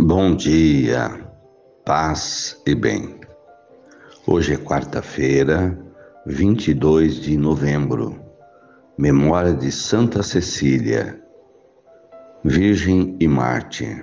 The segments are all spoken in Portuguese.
Bom dia, paz e bem. Hoje é quarta-feira, 22 de novembro, memória de Santa Cecília, Virgem e Mártir,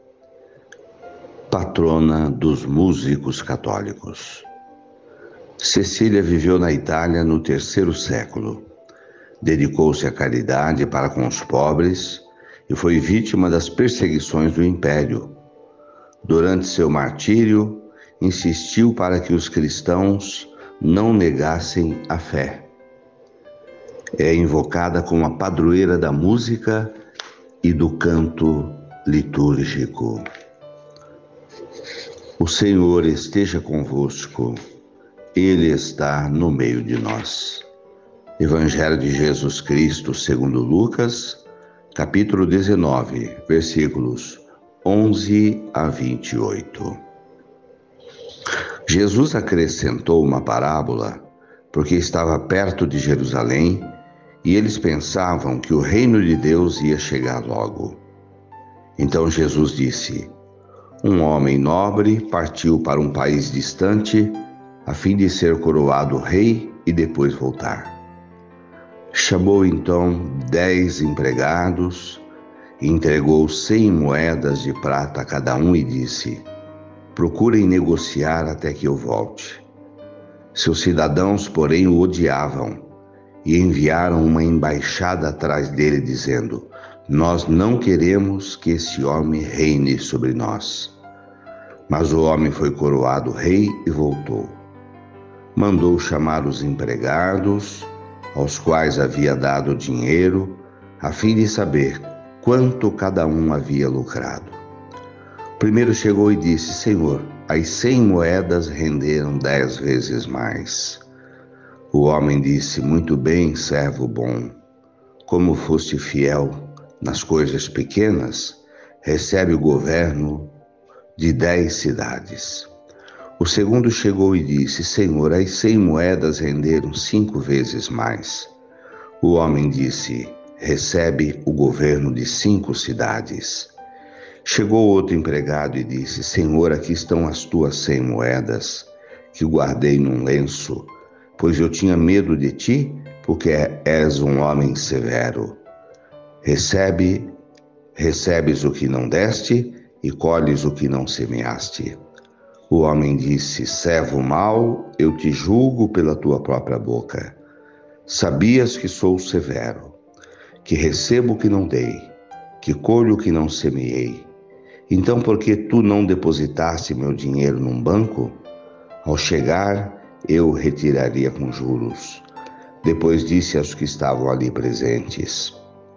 patrona dos músicos católicos. Cecília viveu na Itália no terceiro século. Dedicou-se à caridade para com os pobres e foi vítima das perseguições do Império. Durante seu martírio, insistiu para que os cristãos não negassem a fé. É invocada como a padroeira da música e do canto litúrgico. O Senhor esteja convosco, Ele está no meio de nós. Evangelho de Jesus Cristo segundo Lucas, capítulo 19, versículos 11 a 28. Jesus acrescentou uma parábola porque estava perto de Jerusalém e eles pensavam que o reino de Deus ia chegar logo. Então Jesus disse: um homem nobre partiu para um país distante a fim de ser coroado rei e depois voltar. Chamou então 10 empregados, entregou 100 moedas de prata a cada um e disse: procurem negociar até que eu volte. Seus cidadãos, porém, o odiavam e enviaram uma embaixada atrás dele, dizendo: nós não queremos que esse homem reine sobre nós. Mas o homem foi coroado rei e voltou. Mandou chamar os empregados, aos quais havia dado dinheiro, a fim de saber quanto cada um havia lucrado. O primeiro chegou e disse: Senhor, as 100 moedas renderam 10 vezes mais. O homem disse: muito bem, servo bom. Como foste fiel nas coisas pequenas, recebe o governo de 10 cidades. O segundo chegou e disse: Senhor, as 100 moedas renderam 5 vezes mais. O homem disse: recebe o governo de 5 cidades. Chegou outro empregado e disse: Senhor, aqui estão as tuas 100 moedas, que guardei num lenço, pois eu tinha medo de ti, porque és um homem severo. Recebes o que não deste e colhes o que não semeaste. O homem disse: servo mau, eu te julgo pela tua própria boca. Sabias que sou severo, que recebo o que não dei, que colho o que não semeei. Então, por que tu não depositaste meu dinheiro num banco? Ao chegar, eu retiraria com juros. Depois disse aos que estavam ali presentes: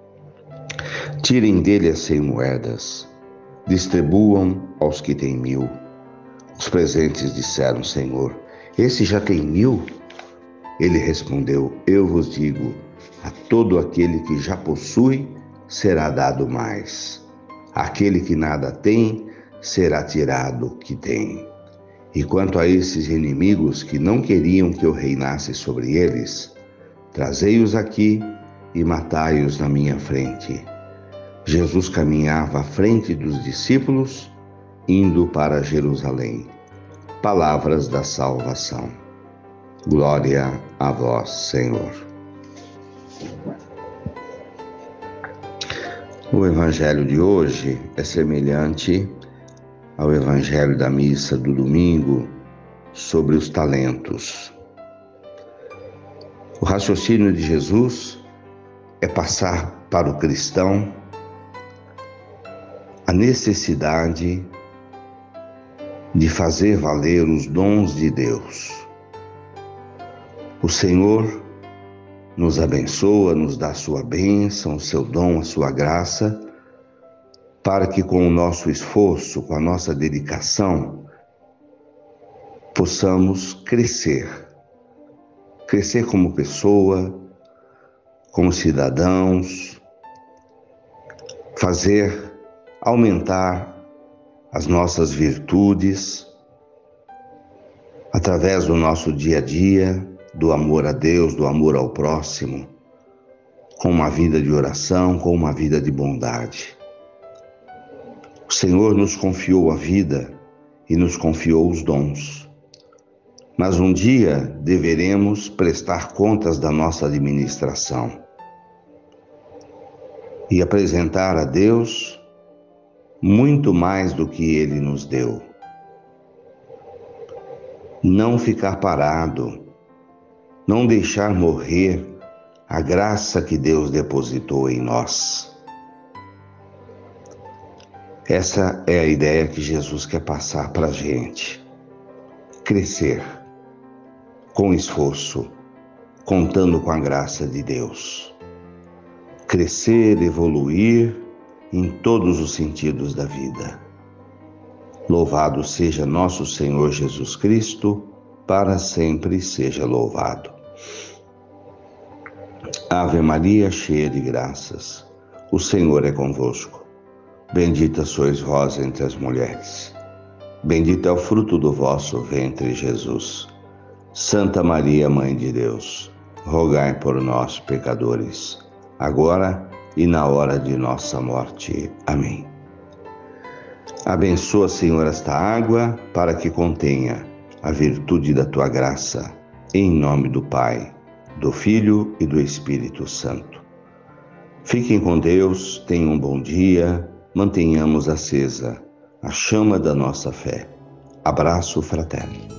tirem dele as 100 moedas, distribuam aos que têm 1000. Os presentes disseram: Senhor, esse já tem 1000? Ele respondeu: eu vos digo, a todo aquele que já possui será dado mais. Aquele que nada tem, será tirado o que tem. E quanto a esses inimigos que não queriam que eu reinasse sobre eles, trazei-os aqui e matai-os na minha frente. Jesus caminhava à frente dos discípulos, indo para Jerusalém. Palavras da salvação. Glória a vós, Senhor. O evangelho de hoje é semelhante ao evangelho da missa do domingo sobre os talentos. O raciocínio de Jesus é passar para o cristão a necessidade de fazer valer os dons de Deus. O Senhor nos abençoa, nos dá a sua bênção, o seu dom, a sua graça, para que com o nosso esforço, com a nossa dedicação, possamos crescer como pessoa, como cidadãos, aumentar as nossas virtudes através do nosso dia a dia, do amor a Deus, do amor ao próximo, com uma vida de oração, com uma vida de bondade. O Senhor nos confiou a vida e nos confiou os dons. Mas um dia deveremos prestar contas da nossa administração e apresentar a Deus muito mais do que Ele nos deu. Não ficar parado, não deixar morrer a graça que Deus depositou em nós. Essa é a ideia que Jesus quer passar para a gente. Crescer com esforço, contando com a graça de Deus. Crescer, evoluir em todos os sentidos da vida. Louvado seja nosso Senhor Jesus Cristo, para sempre seja louvado. Ave Maria, cheia de graças, o Senhor é convosco. Bendita sois vós entre as mulheres. Bendito é o fruto do vosso ventre, Jesus. Santa Maria, Mãe de Deus, rogai por nós, pecadores, agora e na hora de nossa morte. Amém. Abençoa, Senhor, esta água para que contenha a virtude da tua graça, em nome do Pai, do Filho e do Espírito Santo. Fiquem com Deus, tenham um bom dia, mantenhamos acesa a chama da nossa fé. Abraço fraterno.